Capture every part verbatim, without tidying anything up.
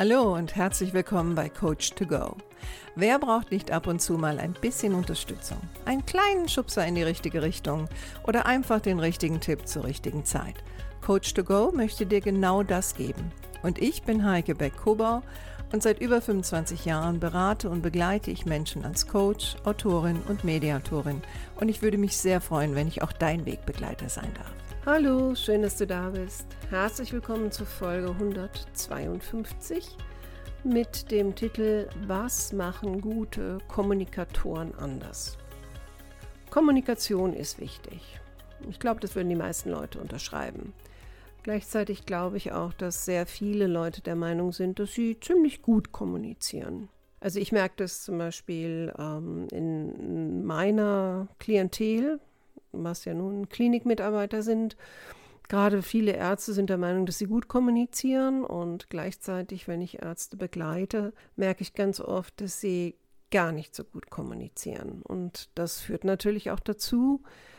Hallo und herzlich willkommen bei Coach to Go. Wer braucht nicht ab und zu mal ein bisschen Unterstützung, einen kleinen Schubser in die richtige Richtung oder einfach den richtigen Tipp zur richtigen Zeit? Coach to Go möchte dir genau das geben. Und ich bin Heike Beck-Kobau und seit über fünfundzwanzig Jahren berate und begleite ich Menschen als Coach, Autorin und Mediatorin. Und ich würde mich sehr freuen, wenn ich auch dein Wegbegleiter sein darf. Hallo, schön, dass du da bist. Herzlich willkommen zur Folge hundertzweiundfünfzig mit dem Titel Was machen gute Kommunikatoren anders? Kommunikation ist wichtig. Ich glaube, das würden die meisten Leute unterschreiben. Gleichzeitig glaube ich auch, dass sehr viele Leute der Meinung sind, dass sie ziemlich gut kommunizieren. Also ich merke das zum Beispiel ähm, in meiner Klientel, was ja nun Klinikmitarbeiter sind. Gerade viele Ärzte sind der Meinung, dass sie gut kommunizieren und gleichzeitig, wenn ich Ärzte begleite, merke ich ganz oft, dass sie gar nicht so gut kommunizieren. Und das führt natürlich auch dazu,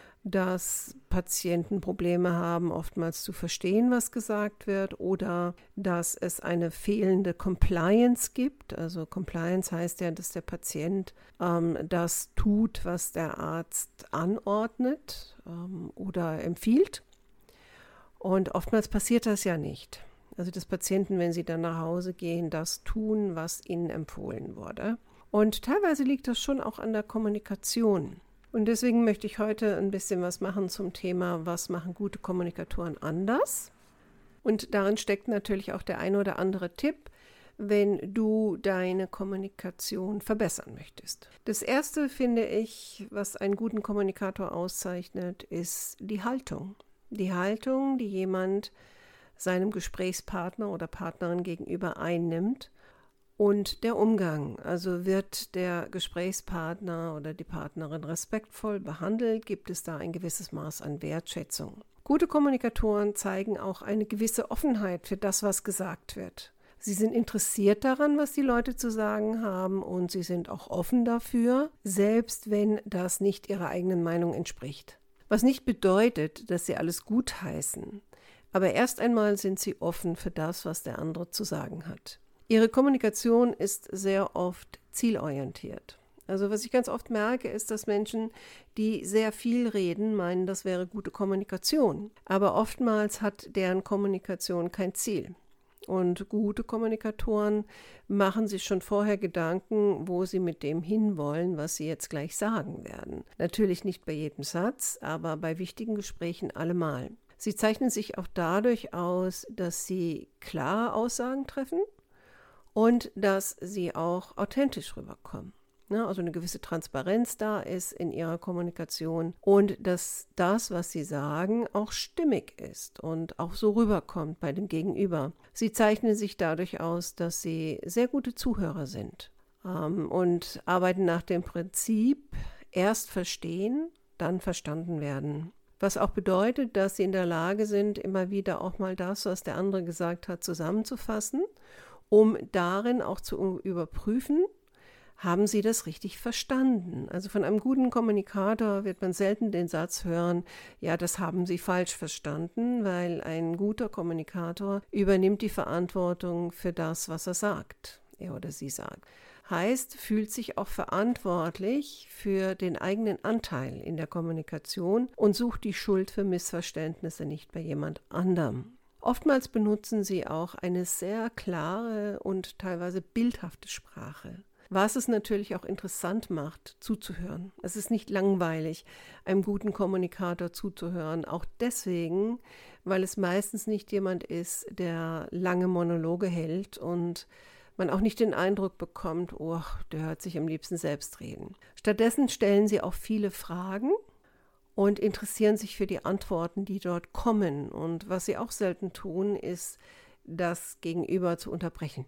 dass Patienten Probleme haben, oftmals zu verstehen, was gesagt wird, oder dass es eine fehlende Compliance gibt. Also Compliance heißt ja, dass der Patient ähm, das tut, was der Arzt anordnet ähm, oder empfiehlt. Und oftmals passiert das ja nicht. Also dass Patienten, wenn sie dann nach Hause gehen, das tun, was ihnen empfohlen wurde. Und teilweise liegt das schon auch an der Kommunikation. Und deswegen möchte ich heute ein bisschen was machen zum Thema, was machen gute Kommunikatoren anders? Und darin steckt natürlich auch der ein oder andere Tipp, wenn du deine Kommunikation verbessern möchtest. Das erste, finde ich, was einen guten Kommunikator auszeichnet, ist die Haltung. Die Haltung, die jemand seinem Gesprächspartner oder Partnerin gegenüber einnimmt. Und der Umgang, also wird der Gesprächspartner oder die Partnerin respektvoll behandelt, gibt es da ein gewisses Maß an Wertschätzung. Gute Kommunikatoren zeigen auch eine gewisse Offenheit für das, was gesagt wird. Sie sind interessiert daran, was die Leute zu sagen haben, und sie sind auch offen dafür, selbst wenn das nicht ihrer eigenen Meinung entspricht. Was nicht bedeutet, dass sie alles gutheißen, aber erst einmal sind sie offen für das, was der andere zu sagen hat. Ihre Kommunikation ist sehr oft zielorientiert. Also was ich ganz oft merke, ist, dass Menschen, die sehr viel reden, meinen, das wäre gute Kommunikation. Aber oftmals hat deren Kommunikation kein Ziel. Und gute Kommunikatoren machen sich schon vorher Gedanken, wo sie mit dem hinwollen, was sie jetzt gleich sagen werden. Natürlich nicht bei jedem Satz, aber bei wichtigen Gesprächen allemal. Sie zeichnen sich auch dadurch aus, dass sie klare Aussagen treffen und dass sie auch authentisch rüberkommen. Ne? Also eine gewisse Transparenz da ist in ihrer Kommunikation und dass das, was sie sagen, auch stimmig ist und auch so rüberkommt bei dem Gegenüber. Sie zeichnen sich dadurch aus, dass sie sehr gute Zuhörer sind ähm, und arbeiten nach dem Prinzip, erst verstehen, dann verstanden werden. Was auch bedeutet, dass sie in der Lage sind, immer wieder auch mal das, was der andere gesagt hat, zusammenzufassen, um darin auch zu überprüfen, haben Sie das richtig verstanden? Also von einem guten Kommunikator wird man selten den Satz hören, ja, das haben Sie falsch verstanden, weil ein guter Kommunikator übernimmt die Verantwortung für das, was er sagt, er oder sie sagt. Heißt, fühlt sich auch verantwortlich für den eigenen Anteil in der Kommunikation und sucht die Schuld für Missverständnisse nicht bei jemand anderem. Oftmals benutzen sie auch eine sehr klare und teilweise bildhafte Sprache, was es natürlich auch interessant macht, zuzuhören. Es ist nicht langweilig, einem guten Kommunikator zuzuhören, auch deswegen, weil es meistens nicht jemand ist, der lange Monologe hält und man auch nicht den Eindruck bekommt, oh, der hört sich am liebsten selbst reden. Stattdessen stellen sie auch viele Fragen und interessieren sich für die Antworten, die dort kommen. Und was sie auch selten tun, ist, das Gegenüber zu unterbrechen.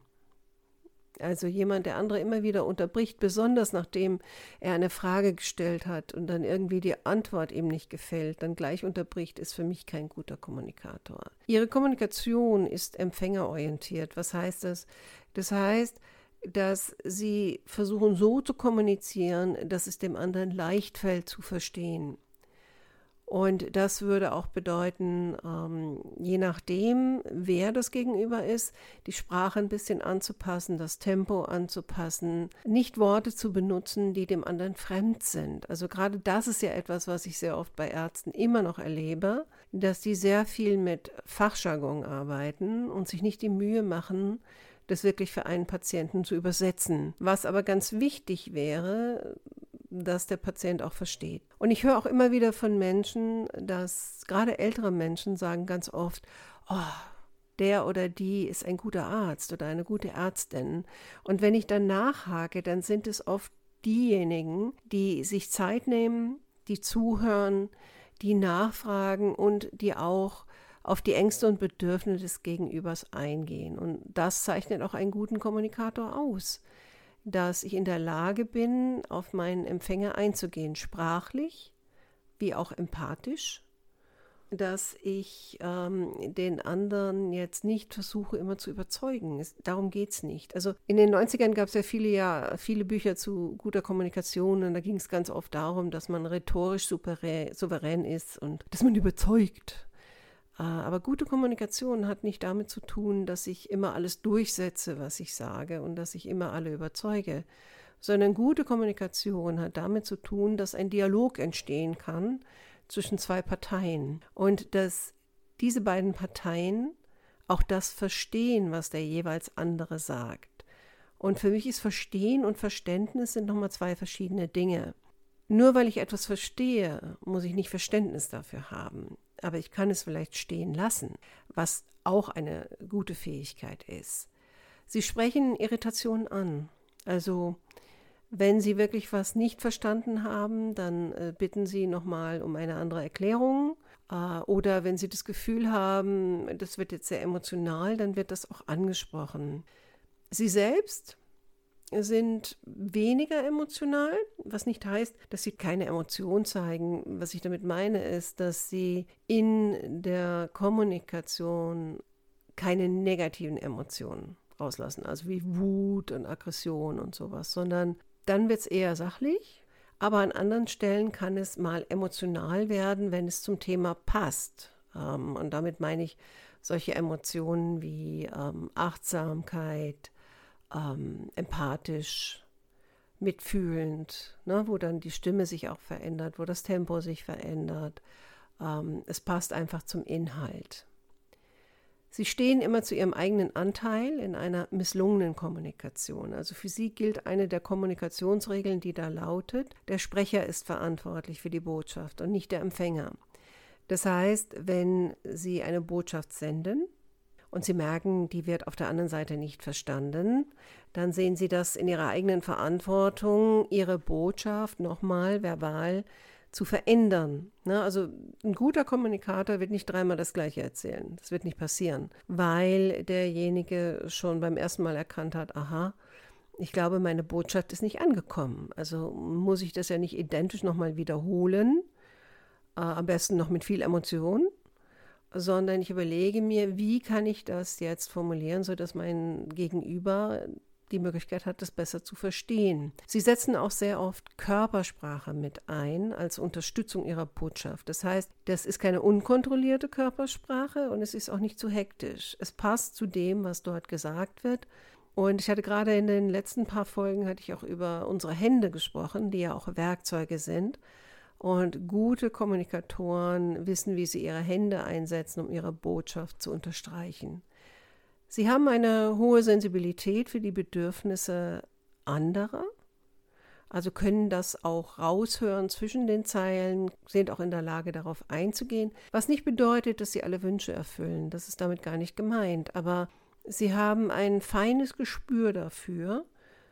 Also jemand, der andere immer wieder unterbricht, besonders nachdem er eine Frage gestellt hat und dann irgendwie die Antwort ihm nicht gefällt, dann gleich unterbricht, ist für mich kein guter Kommunikator. Ihre Kommunikation ist empfängerorientiert. Was heißt das? Das heißt, dass sie versuchen so zu kommunizieren, dass es dem anderen leicht fällt zu verstehen. Und das würde auch bedeuten, ähm, je nachdem, wer das Gegenüber ist, die Sprache ein bisschen anzupassen, das Tempo anzupassen, nicht Worte zu benutzen, die dem anderen fremd sind. Also gerade das ist ja etwas, was ich sehr oft bei Ärzten immer noch erlebe, dass die sehr viel mit Fachjargon arbeiten und sich nicht die Mühe machen, das wirklich für einen Patienten zu übersetzen. Was aber ganz wichtig wäre, dass der Patient auch versteht. Und ich höre auch immer wieder von Menschen, dass gerade ältere Menschen sagen ganz oft, oh, der oder die ist ein guter Arzt oder eine gute Ärztin. Und wenn ich dann nachhake, dann sind es oft diejenigen, die sich Zeit nehmen, die zuhören, die nachfragen und die auch auf die Ängste und Bedürfnisse des Gegenübers eingehen. Und das zeichnet auch einen guten Kommunikator aus, dass ich in der Lage bin, auf meinen Empfänger einzugehen, sprachlich wie auch empathisch, dass ich ähm, den anderen jetzt nicht versuche, immer zu überzeugen. Es, darum geht es nicht. Also in den neunzigern gab es ja viele, ja viele Bücher zu guter Kommunikation und da ging es ganz oft darum, dass man rhetorisch souverän, souverän ist und dass man überzeugt. Aber gute Kommunikation hat nicht damit zu tun, dass ich immer alles durchsetze, was ich sage und dass ich immer alle überzeuge, sondern gute Kommunikation hat damit zu tun, dass ein Dialog entstehen kann zwischen zwei Parteien und dass diese beiden Parteien auch das verstehen, was der jeweils andere sagt. Und für mich ist Verstehen und Verständnis sind nochmal zwei verschiedene Dinge. Nur weil ich etwas verstehe, muss ich nicht Verständnis dafür haben. Aber ich kann es vielleicht stehen lassen, was auch eine gute Fähigkeit ist. Sie sprechen Irritationen an. Also wenn Sie wirklich was nicht verstanden haben, dann äh, bitten Sie nochmal um eine andere Erklärung. Äh, oder wenn Sie das Gefühl haben, das wird jetzt sehr emotional, dann wird das auch angesprochen. Sie selbst sind weniger emotional, was nicht heißt, dass sie keine Emotion zeigen. Was ich damit meine, ist, dass sie in der Kommunikation keine negativen Emotionen rauslassen, also wie Wut und Aggression und sowas, sondern dann wird es eher sachlich, aber an anderen Stellen kann es mal emotional werden, wenn es zum Thema passt. Ähm, und damit meine ich solche Emotionen wie ähm, Achtsamkeit, Ähm, empathisch, mitfühlend, ne, wo dann die Stimme sich auch verändert, wo das Tempo sich verändert. Ähm, es passt einfach zum Inhalt. Sie stehen immer zu ihrem eigenen Anteil in einer misslungenen Kommunikation. Also für sie gilt eine der Kommunikationsregeln, die da lautet, der Sprecher ist verantwortlich für die Botschaft und nicht der Empfänger. Das heißt, wenn Sie eine Botschaft senden, und Sie merken, die wird auf der anderen Seite nicht verstanden, dann sehen Sie das in Ihrer eigenen Verantwortung, Ihre Botschaft nochmal verbal zu verändern. Ne? Also ein guter Kommunikator wird nicht dreimal das Gleiche erzählen. Das wird nicht passieren, weil derjenige schon beim ersten Mal erkannt hat, aha, ich glaube, meine Botschaft ist nicht angekommen. Also muss ich das ja nicht identisch nochmal wiederholen, äh, am besten noch mit viel Emotion, sondern ich überlege mir, wie kann ich das jetzt formulieren, sodass mein Gegenüber die Möglichkeit hat, das besser zu verstehen. Sie setzen auch sehr oft Körpersprache mit ein als Unterstützung ihrer Botschaft. Das heißt, das ist keine unkontrollierte Körpersprache und es ist auch nicht zu hektisch. Es passt zu dem, was dort gesagt wird. Und ich hatte gerade in den letzten paar Folgen, hatte ich auch über unsere Hände gesprochen, die ja auch Werkzeuge sind. Und gute Kommunikatoren wissen, wie sie ihre Hände einsetzen, um ihre Botschaft zu unterstreichen. Sie haben eine hohe Sensibilität für die Bedürfnisse anderer, also können das auch raushören zwischen den Zeilen, sind auch in der Lage, darauf einzugehen, was nicht bedeutet, dass sie alle Wünsche erfüllen. Das ist damit gar nicht gemeint, aber sie haben ein feines Gespür dafür,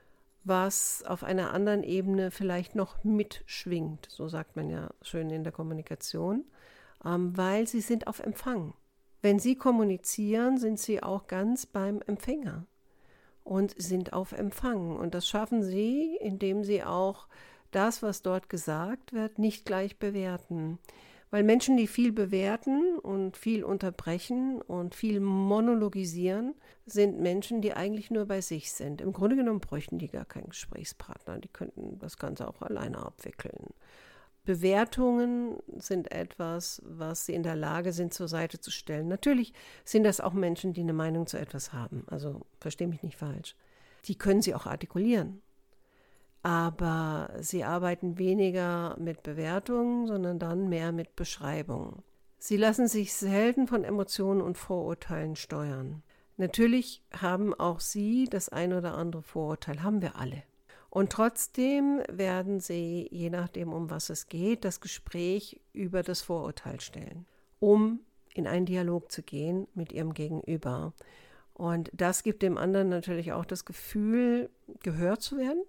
was auf einer anderen Ebene vielleicht noch mitschwingt, so sagt man ja schön in der Kommunikation, ähm, weil sie sind auf Empfang. Wenn sie kommunizieren, sind sie auch ganz beim Empfänger und sind auf Empfang. Und das schaffen sie, indem sie auch das, was dort gesagt wird, nicht gleich bewerten. Weil Menschen, die viel bewerten und viel unterbrechen und viel monologisieren, sind Menschen, die eigentlich nur bei sich sind. Im Grunde genommen bräuchten die gar keinen Gesprächspartner. Die könnten das Ganze auch alleine abwickeln. Bewertungen sind etwas, was sie in der Lage sind, zur Seite zu stellen. Natürlich sind das auch Menschen, die eine Meinung zu etwas haben. Also verstehe mich nicht falsch. Die können sie auch artikulieren. Aber sie arbeiten weniger mit Bewertungen, sondern dann mehr mit Beschreibungen. Sie lassen sich selten von Emotionen und Vorurteilen steuern. Natürlich haben auch sie das ein oder andere Vorurteil, haben wir alle. Und trotzdem werden sie, je nachdem, um was es geht, das Gespräch über das Vorurteil stellen, um in einen Dialog zu gehen mit ihrem Gegenüber. Und das gibt dem anderen natürlich auch das Gefühl, gehört zu werden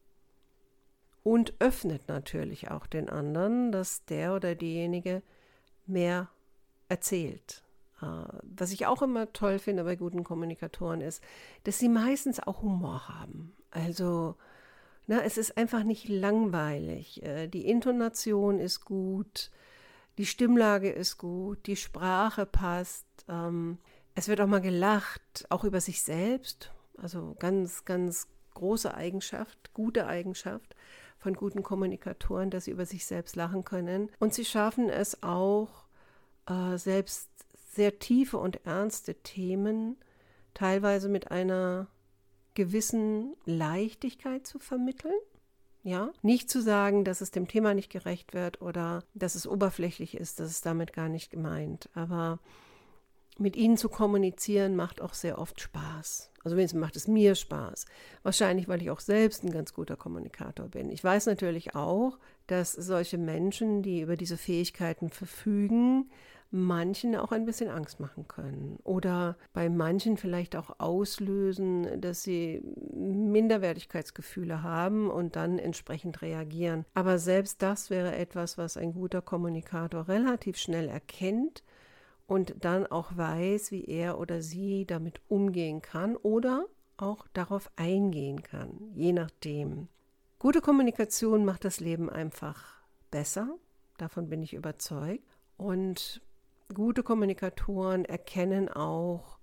und öffnet natürlich auch den anderen, dass der oder diejenige mehr erzählt. Was ich auch immer toll finde bei guten Kommunikatoren ist, dass sie meistens auch Humor haben. Also Na, es ist einfach nicht langweilig. Die Intonation ist gut, die Stimmlage ist gut, die Sprache passt. Es wird auch mal gelacht, auch über sich selbst. Also ganz, ganz große Eigenschaft, gute Eigenschaft von guten Kommunikatoren, dass sie über sich selbst lachen können. Und sie schaffen es auch, selbst sehr tiefe und ernste Themen teilweise mit einer gewissen Leichtigkeit zu vermitteln, ja, nicht zu sagen, dass es dem Thema nicht gerecht wird oder dass es oberflächlich ist, das ist damit gar nicht gemeint, aber mit ihnen zu kommunizieren macht auch sehr oft Spaß, also wenigstens macht es mir Spaß, wahrscheinlich, weil ich auch selbst ein ganz guter Kommunikator bin. Ich weiß natürlich auch, dass solche Menschen, die über diese Fähigkeiten verfügen, manchen auch ein bisschen Angst machen können oder bei manchen vielleicht auch auslösen, dass sie Minderwertigkeitsgefühle haben und dann entsprechend reagieren. Aber selbst das wäre etwas, was ein guter Kommunikator relativ schnell erkennt und dann auch weiß, wie er oder sie damit umgehen kann oder auch darauf eingehen kann, je nachdem. Gute Kommunikation macht das Leben einfach besser, davon bin ich überzeugt. Und gute Kommunikatoren erkennen auch,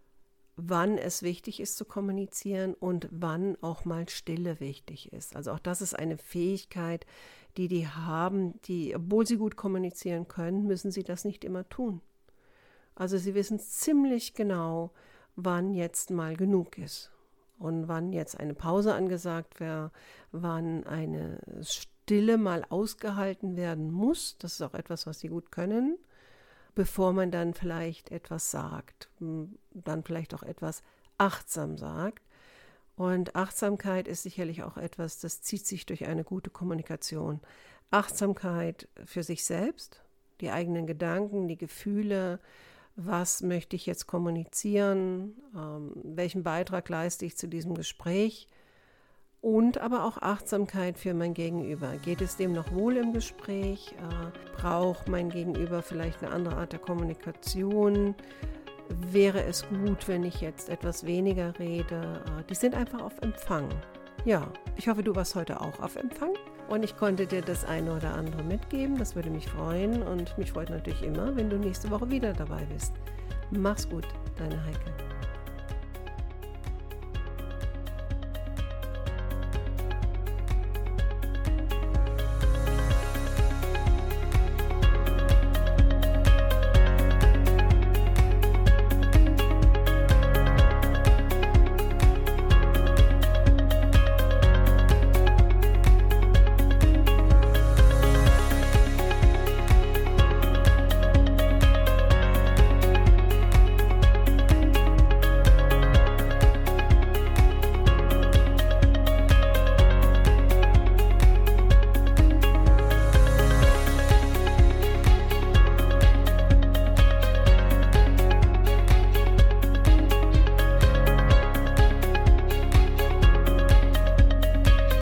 wann es wichtig ist zu kommunizieren und wann auch mal Stille wichtig ist. Also auch das ist eine Fähigkeit, die die haben, die, obwohl sie gut kommunizieren können, müssen sie das nicht immer tun. Also sie wissen ziemlich genau, wann jetzt mal genug ist und wann jetzt eine Pause angesagt wäre, wann eine Stille mal ausgehalten werden muss. Das ist auch etwas, was sie gut können, bevor man dann vielleicht etwas sagt, dann vielleicht auch etwas achtsam sagt. Und Achtsamkeit ist sicherlich auch etwas, das zieht sich durch eine gute Kommunikation. Achtsamkeit für sich selbst, die eigenen Gedanken, die Gefühle, was möchte ich jetzt kommunizieren, ähm, welchen Beitrag leiste ich zu diesem Gespräch und aber auch Achtsamkeit für mein Gegenüber. Geht es dem noch wohl im Gespräch? Äh, braucht mein Gegenüber vielleicht eine andere Art der Kommunikation? Wäre es gut, wenn ich jetzt etwas weniger rede? Äh, die sind einfach auf Empfang. Ja, ich hoffe, du warst heute auch auf Empfang und ich konnte dir das eine oder andere mitgeben. Das würde mich freuen und mich freut natürlich immer, wenn du nächste Woche wieder dabei bist. Mach's gut, deine Heike.